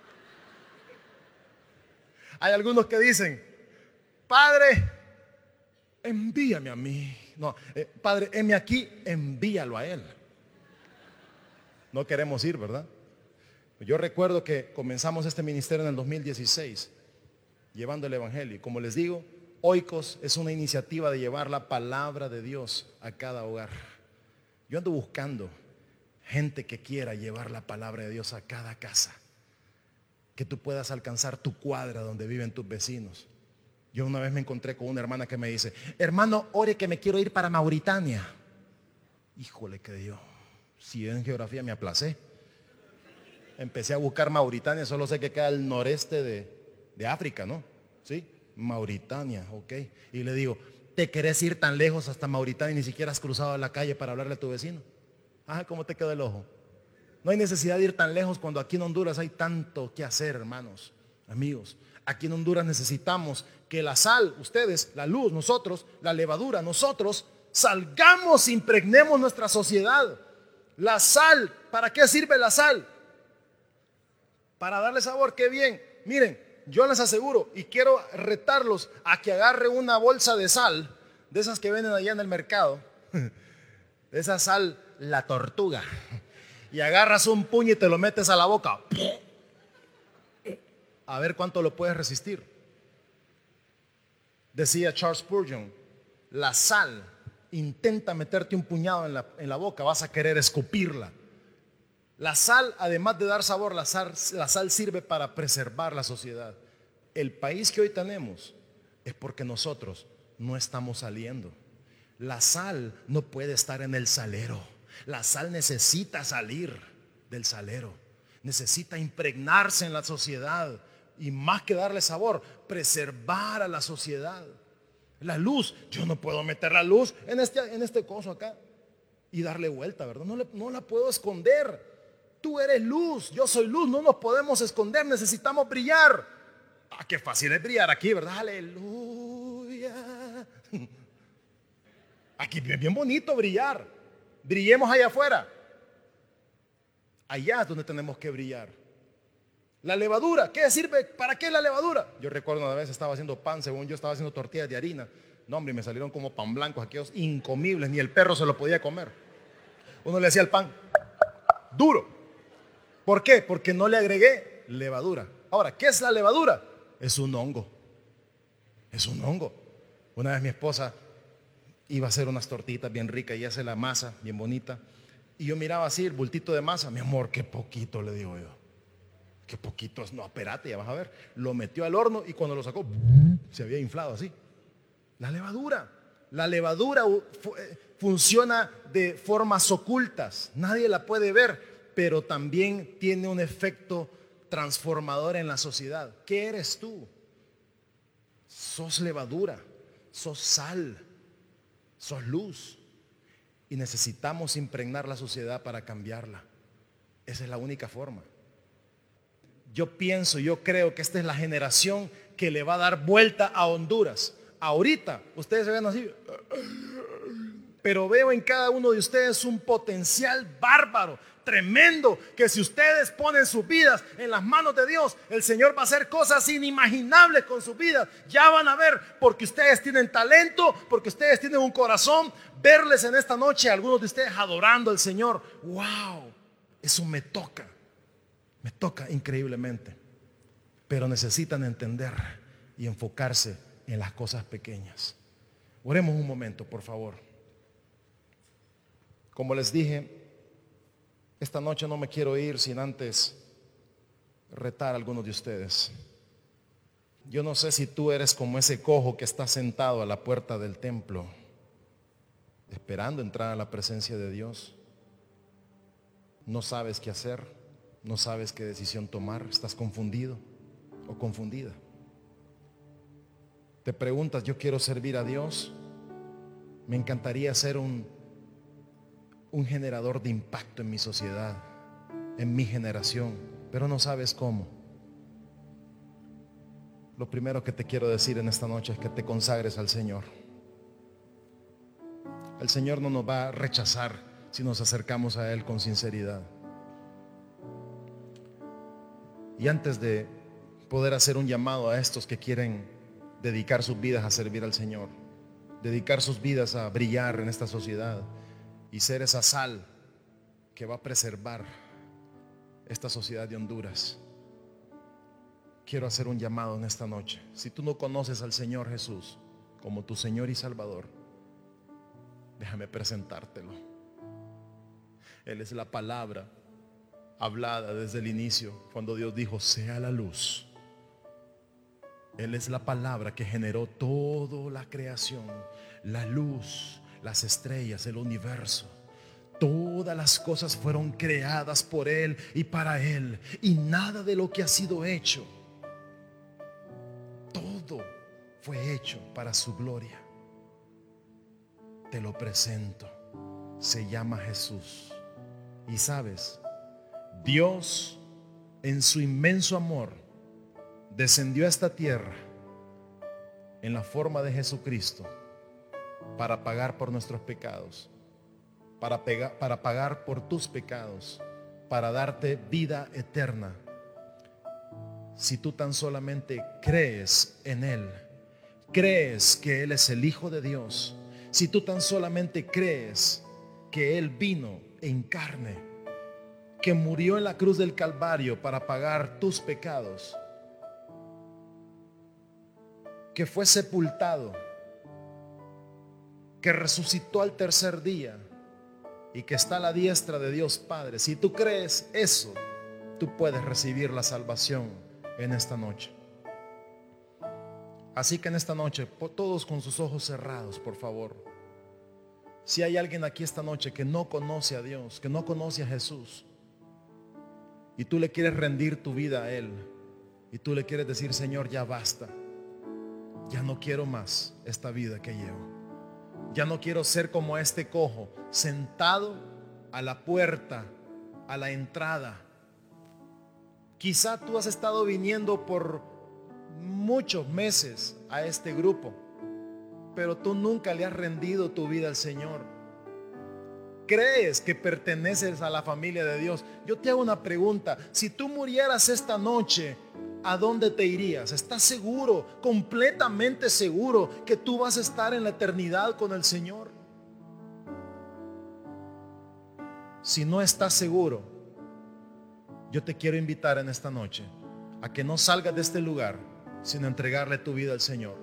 Hay algunos que dicen, Padre, envíame a mí. No, eh, Padre, heme aquí, envíalo a él. No queremos ir, ¿verdad? Yo recuerdo que comenzamos este ministerio en el dos mil dieciséis, llevando el evangelio. Y como les digo, Oikos es una iniciativa de llevar la palabra de Dios a cada hogar. Yo ando buscando gente que quiera llevar la palabra de Dios a cada casa, que tú puedas alcanzar tu cuadra donde viven tus vecinos. Yo una vez me encontré con una hermana que me dice, hermano, ore que me quiero ir para Mauritania. Híjole, que yo, si en geografía me aplacé. Empecé a buscar Mauritania, solo sé que queda al noreste de, de África, ¿no? Sí, Mauritania, ok. Y le digo, ¿te querés ir tan lejos hasta Mauritania y ni siquiera has cruzado la calle para hablarle a tu vecino? Ah, ¿cómo te quedó el ojo? No hay necesidad de ir tan lejos cuando aquí en Honduras hay tanto que hacer, hermanos, amigos. Aquí en Honduras necesitamos que la sal, ustedes, la luz, nosotros, la levadura, nosotros, salgamos, impregnemos nuestra sociedad. La sal, ¿para qué sirve la sal? Para darle sabor, qué bien. Miren, yo les aseguro y quiero retarlos a que agarre una bolsa de sal, de esas que venden allá en el mercado, de esa sal, la tortuga, y agarras un puño y te lo metes a la boca. A ver cuánto lo puedes resistir. Decía Charles Spurgeon, la sal, intenta meterte un puñado en la, en la boca, vas a querer escupirla. La sal, además de dar sabor, la sal, la sal sirve para preservar la sociedad. El país que hoy tenemos es porque nosotros no estamos saliendo. La sal no puede estar en el salero. La sal necesita salir del salero. Necesita impregnarse en la sociedad y más que darle sabor, preservar a la sociedad. La luz, yo no puedo meter la luz en este, en este coso acá y darle vuelta, ¿verdad? No, le, no la puedo esconder. Tú eres luz, yo soy luz, no nos podemos esconder, necesitamos brillar. Ah, qué fácil es brillar aquí, ¿verdad? Aleluya. Aquí es bien, bien bonito brillar. Brillemos allá afuera. Allá es donde tenemos que brillar. La levadura, ¿qué sirve? ¿Para qué la levadura? Yo recuerdo una vez estaba haciendo pan, según yo estaba haciendo tortillas de harina. No, hombre, me salieron como pan blancos, aquellos incomibles, ni el perro se lo podía comer. Uno le hacía el pan duro. ¿Por qué? Porque no le agregué levadura. Ahora, ¿qué es la levadura? Es un hongo. Es un hongo. Una vez mi esposa iba a hacer unas tortitas bien ricas y hace la masa bien bonita. Y yo miraba así el bultito de masa. Mi amor, qué poquito, le digo yo. Qué poquito. No, espérate, ya vas a ver. Lo metió al horno y cuando lo sacó, se había inflado así. La levadura. La levadura funciona de formas ocultas. Nadie la puede ver. Pero también tiene un efecto transformador en la sociedad. ¿Qué eres tú? Sos levadura, sos sal, sos luz. Y necesitamos impregnar la sociedad para cambiarla. Esa es la única forma. Yo pienso, yo creo que esta es la generación que le va a dar vuelta a Honduras. Ahorita, ustedes se ven así, pero veo en cada uno de ustedes un potencial bárbaro, tremendo, que si ustedes ponen sus vidas en las manos de Dios, el Señor va a hacer cosas inimaginables con sus vidas. Ya van a ver, porque ustedes tienen talento, porque ustedes tienen un corazón. Verles en esta noche, algunos de ustedes adorando al Señor, wow, eso me toca, me toca increíblemente. Pero necesitan entender y enfocarse en las cosas pequeñas. Oremos un momento, por favor. Como les dije, esta noche no me quiero ir sin antes retar a algunos de ustedes. Yo no sé si tú eres como ese cojo que está sentado a la puerta del templo, esperando entrar a la presencia de Dios. No sabes qué hacer, no sabes qué decisión tomar, estás confundido o confundida. Te preguntas, yo quiero servir a Dios, me encantaría ser un un generador de impacto en mi sociedad, en mi generación, pero no sabes cómo. lo primero que te quiero decir en esta noche es que te consagres al Señor. El Señor no nos va a rechazar si nos acercamos a Él con sinceridad. Y antes de poder hacer un llamado a estos que quieren dedicar sus vidas a servir al Señor, dedicar sus vidas a brillar en esta sociedad y ser esa sal que va a preservar esta sociedad de Honduras, quiero hacer un llamado en esta noche. Si tú no conoces al Señor Jesús como tu Señor y Salvador, déjame presentártelo. Él es la palabra hablada desde el inicio, cuando Dios dijo, sea la luz. Él es la palabra que generó toda la creación, la luz, las estrellas, el universo. Todas las cosas fueron creadas por Él y para Él, y nada de lo que ha sido hecho, todo fue hecho para su gloria. Te lo presento. Se llama Jesús. Y sabes, Dios en su inmenso amor descendió a esta tierra en la forma de Jesucristo para pagar por nuestros pecados, para, pegar, para pagar por tus pecados, para darte vida eterna. Si tú tan solamente crees en Él, crees que Él es el Hijo de Dios, si tú tan solamente crees que Él vino en carne, que murió en la cruz del Calvario para pagar tus pecados, que fue sepultado, que resucitó al tercer día y que está a la diestra de Dios Padre, si tú crees eso, tú puedes recibir la salvación en esta noche. Así que en esta noche, todos con sus ojos cerrados, por favor. Si hay alguien aquí esta noche que no conoce a Dios, que no conoce a Jesús, y tú le quieres rendir tu vida a Él, y tú le quieres decir, Señor, ya basta, ya no quiero más esta vida que llevo, ya no quiero ser como este cojo, sentado a la puerta, a la entrada. Quizá tú has estado viniendo por muchos meses a este grupo, pero tú nunca le has rendido tu vida al Señor. Crees que perteneces a la familia de Dios. Yo te hago una pregunta: si tú murieras esta noche, ¿a dónde te irías? ¿Estás seguro, completamente seguro, que tú vas a estar en la eternidad con el Señor? Si no estás seguro, yo te quiero invitar en esta noche a que no salgas de este lugar sin entregarle tu vida al Señor.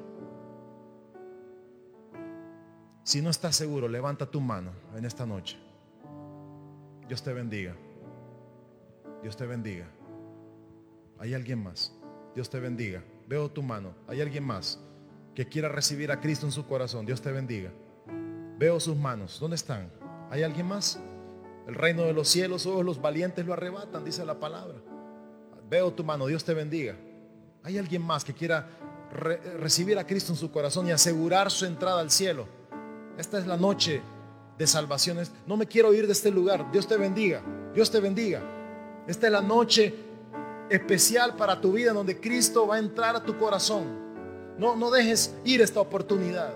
Si no estás seguro, levanta tu mano en esta noche. Dios te bendiga. Dios te bendiga. ¿Hay alguien más? Dios te bendiga. Veo tu mano. ¿Hay alguien más que quiera recibir a Cristo en su corazón? Dios te bendiga. Veo sus manos. ¿Dónde están? ¿Hay alguien más? El reino de los cielos, oh, los valientes lo arrebatan, dice la palabra. Veo tu mano. Dios te bendiga. ¿Hay alguien más que quiera re recibir a Cristo en su corazón y asegurar su entrada al cielo? Esta es la noche de salvación. No me quiero ir de este lugar. Dios te bendiga. Dios te bendiga. Esta es la noche especial para tu vida, donde Cristo va a entrar a tu corazón. No, no dejes ir esta oportunidad.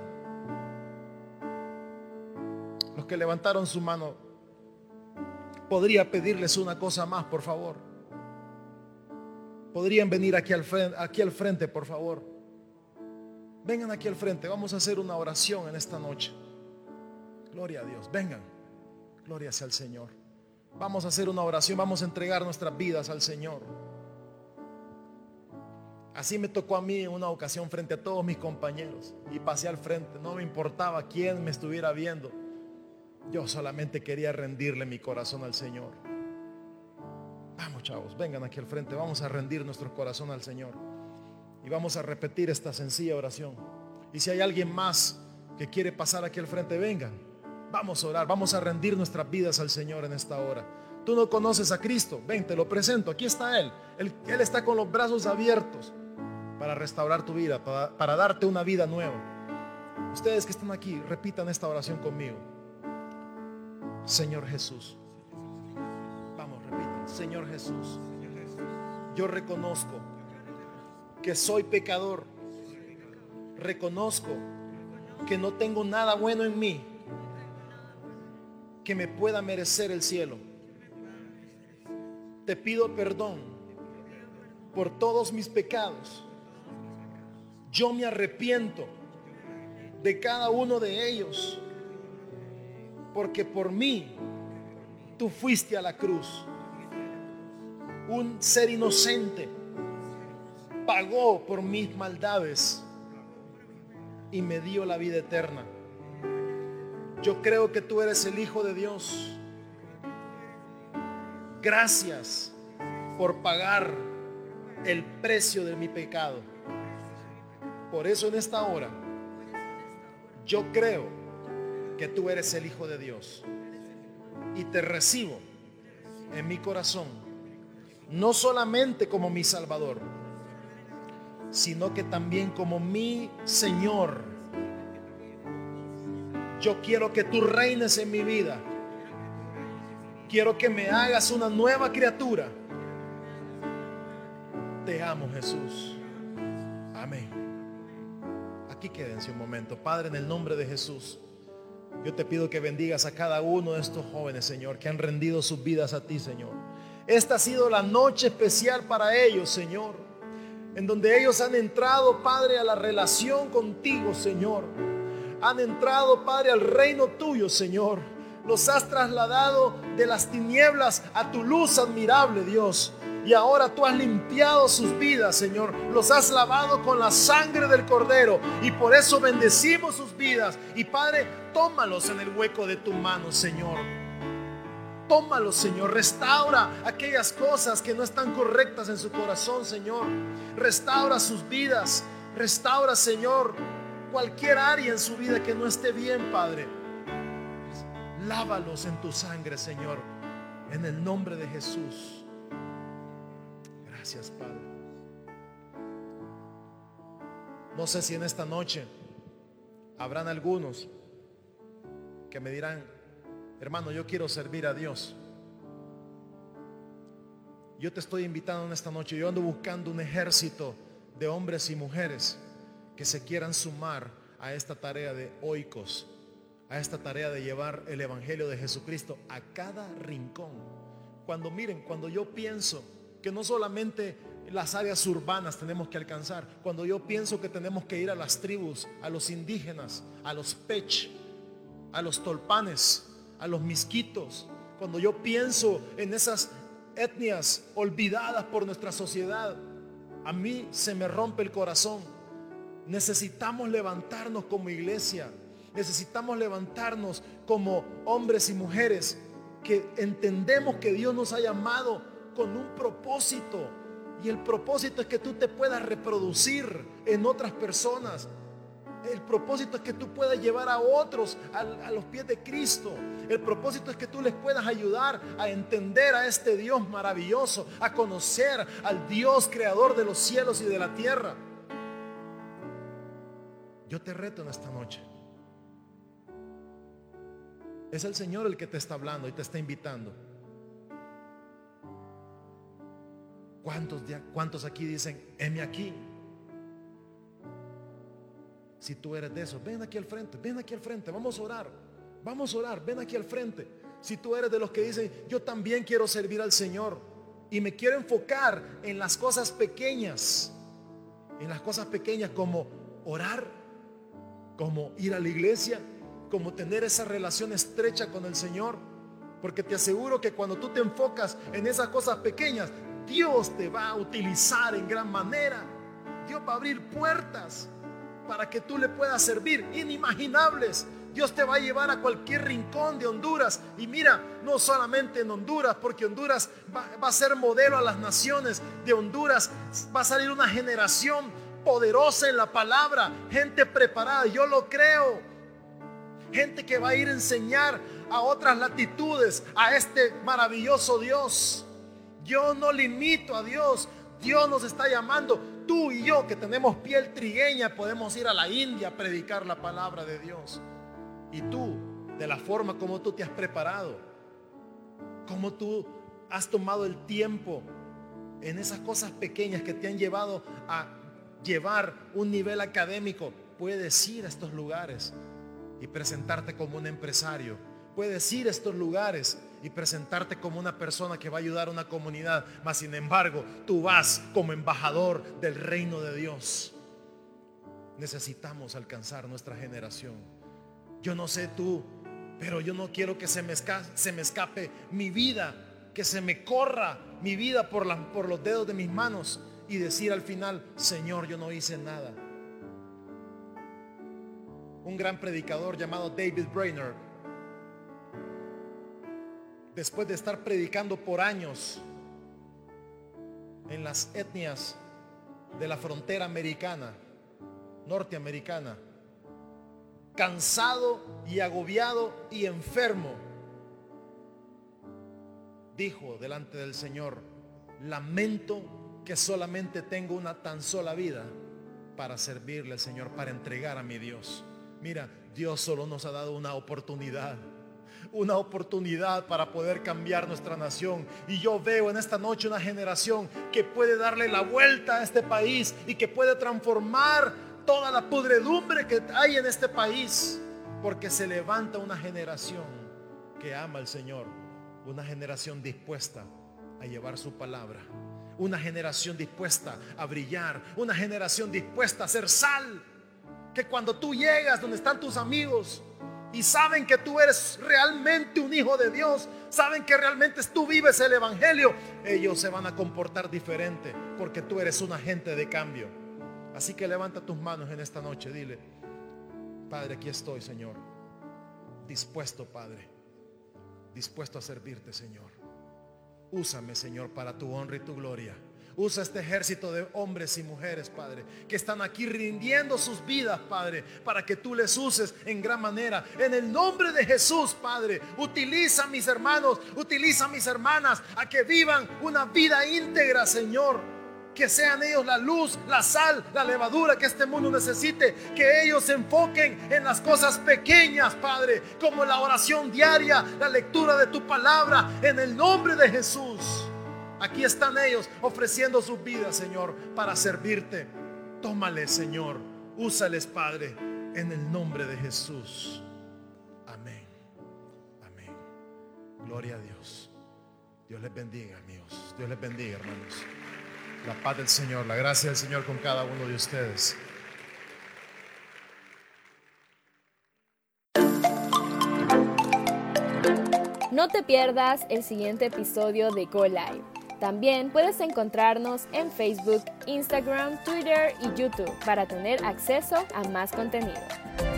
Los que levantaron su mano, podría pedirles una cosa más, por favor. Podrían venir aquí al frente, aquí al frente, por favor. Vengan aquí al frente. Vamos a hacer una oración en esta noche. Gloria a Dios. Vengan. Gloria sea al Señor. Vamos a hacer una oración. Vamos a entregar nuestras vidas al Señor. Así me tocó a mí en una ocasión frente a todos mis compañeros, y pasé al frente. No me importaba quién me estuviera viendo. Yo solamente quería rendirle mi corazón al Señor. Vamos, chavos, vengan aquí al frente. Vamos a rendir nuestro corazón al Señor y vamos a repetir esta sencilla oración. Y si hay alguien más que quiere pasar aquí al frente, vengan. Vamos a orar, vamos a rendir nuestras vidas al Señor en esta hora. Tú no conoces a Cristo, ven, te lo presento. Aquí está Él. Él, Él está con los brazos abiertos para restaurar tu vida, para, para darte una vida nueva. Ustedes que están aquí, repitan esta oración conmigo. Señor Jesús. Vamos, repitan. Señor Jesús, yo reconozco que soy pecador. Reconozco que no tengo nada bueno en mí que me pueda merecer el cielo. Te pido perdón por todos mis pecados. Yo me arrepiento de cada uno de ellos, porque por mí tú fuiste a la cruz. Un ser inocente pagó por mis maldades y me dio la vida eterna. Yo creo que tú eres el Hijo de Dios. Gracias por pagar el precio de mi pecado. Por eso en esta hora yo creo que tú eres el Hijo de Dios y te recibo en mi corazón, no solamente como mi Salvador, sino que también como mi Señor. Yo quiero que tú reines en mi vida. Quiero que me hagas una nueva criatura. Te amo, Jesús. Amén. Aquí quédense un momento. Padre, en el nombre de Jesús, yo te pido que bendigas a cada uno de estos jóvenes, Señor, que han rendido sus vidas a ti, Señor. Esta ha sido la noche especial para ellos, Señor, en donde ellos han entrado, Padre, a la relación contigo, Señor. Han entrado, Padre, al reino tuyo, Señor. Los has trasladado de las tinieblas a tu luz admirable, Dios. Y ahora tú has limpiado sus vidas, Señor. Los has lavado con la sangre del Cordero. Y por eso bendecimos sus vidas. Y Padre, tómalos en el hueco de tu mano, Señor. Tómalos, Señor. Restaura aquellas cosas que no están correctas en su corazón, Señor. Restaura sus vidas. Restaura, Señor, cualquier área en su vida que no esté bien, Padre. Lávalos en tu sangre, Señor, en el nombre de Jesús. Gracias, Padre. No sé si en esta noche habrán algunos que me dirán: hermano, yo quiero servir a Dios. Yo te estoy invitando en esta noche. Yo ando buscando un ejército de hombres y mujeres que se quieran sumar a esta tarea de oikos, a esta tarea de llevar el evangelio de Jesucristo a cada rincón. Cuando miren, cuando yo pienso que no solamente las áreas urbanas tenemos que alcanzar, cuando yo pienso que tenemos que ir a las tribus, a los indígenas, a los pech, a los tolpanes, a los misquitos, cuando yo pienso en esas etnias olvidadas por nuestra sociedad, a mí se me rompe el corazón. Necesitamos levantarnos como iglesia. Necesitamos levantarnos como hombres y mujeres que entendemos que Dios nos ha llamado con un propósito. Y el propósito es que tú te puedas reproducir en otras personas. El propósito es que tú puedas llevar a otros a, a los pies de Cristo. El propósito es que tú les puedas ayudar a entender a este Dios maravilloso, a conocer al Dios creador de los cielos y de la tierra. Yo te reto en esta noche. Es el Señor el que te está hablando y te está invitando. ¿Cuántos, de, cuántos aquí dicen: heme aquí? Si tú eres de esos, ven aquí al frente, ven aquí al frente, vamos a orar, vamos a orar, ven aquí al frente. Si tú eres de los que dicen: yo también quiero servir al Señor y me quiero enfocar en las cosas pequeñas, en las cosas pequeñas como orar, como ir a la iglesia, como tener esa relación estrecha con el Señor, porque te aseguro que cuando tú te enfocas en esas cosas pequeñas, Dios te va a utilizar en gran manera. Dios va a abrir puertas para que tú le puedas servir, inimaginables. Dios te va a llevar a cualquier rincón de Honduras. Y mira, no solamente en Honduras, porque Honduras va, va a ser modelo a las naciones. De Honduras va a salir una generación poderosa en la palabra, gente preparada, yo lo creo. Gente que va a ir a enseñar a otras latitudes a este maravilloso Dios. Yo no limito a Dios. Dios nos está llamando. Tú y yo, que tenemos piel trigueña, podemos ir a la India a predicar la palabra de Dios. Y tú, de la forma como tú te has preparado, como tú has tomado el tiempo en esas cosas pequeñas que te han llevado a llevar un nivel académico, puedes ir a estos lugares y presentarte como un empresario. Puedes ir a estos lugares y presentarte como una persona que va a ayudar a una comunidad. Mas sin embargo, tú vas como embajador del reino de Dios. Necesitamos alcanzar nuestra generación. Yo no sé tú, pero yo no quiero que se me escape, se me escape mi vida, que se me corra mi vida por, la, por los dedos de mis manos y decir al final, Señor, yo no hice nada. Un gran predicador llamado David Brainerd, después de estar predicando por años en las etnias de la frontera americana, norteamericana, cansado y agobiado y enfermo, dijo delante del Señor, lamento que solamente tengo una tan sola vida para servirle al Señor, para entregar a mi Dios. Mira, Dios solo nos ha dado una oportunidad, una oportunidad para poder cambiar nuestra nación. Y yo veo en esta noche una generación que puede darle la vuelta a este país y que puede transformar toda la pudredumbre que hay en este país, porque se levanta una generación que ama al Señor, una generación dispuesta a llevar su palabra, una generación dispuesta a brillar, una generación dispuesta a ser sal, que cuando tú llegas donde están tus amigos y saben que tú eres realmente un hijo de Dios, saben que realmente tú vives el evangelio, ellos se van a comportar diferente, porque tú eres un agente de cambio. Así que levanta tus manos en esta noche, dile, Padre, aquí estoy, Señor, dispuesto, Padre, dispuesto a servirte, Señor. Úsame, Señor, para tu honra y tu gloria. Usa este ejército de hombres y mujeres, Padre, que están aquí rindiendo sus vidas, Padre, para que tú les uses en gran manera. En el nombre de Jesús, Padre, utiliza a mis hermanos, utiliza a mis hermanas a que vivan una vida íntegra, Señor. Que sean ellos la luz, la sal, la levadura que este mundo necesite. Que ellos se enfoquen en las cosas pequeñas, Padre, como la oración diaria, la lectura de tu palabra. En el nombre de Jesús, aquí están ellos ofreciendo sus vidas, Señor, para servirte. Tómales, Señor, úsales, Padre, en el nombre de Jesús. Amén. Amén. Gloria a Dios. Dios les bendiga, amigos. Dios les bendiga, hermanos. La paz del Señor, la gracia del Señor con cada uno de ustedes. No te pierdas el siguiente episodio de Go Live. También puedes encontrarnos en Facebook, Instagram, Twitter y YouTube para tener acceso a más contenido.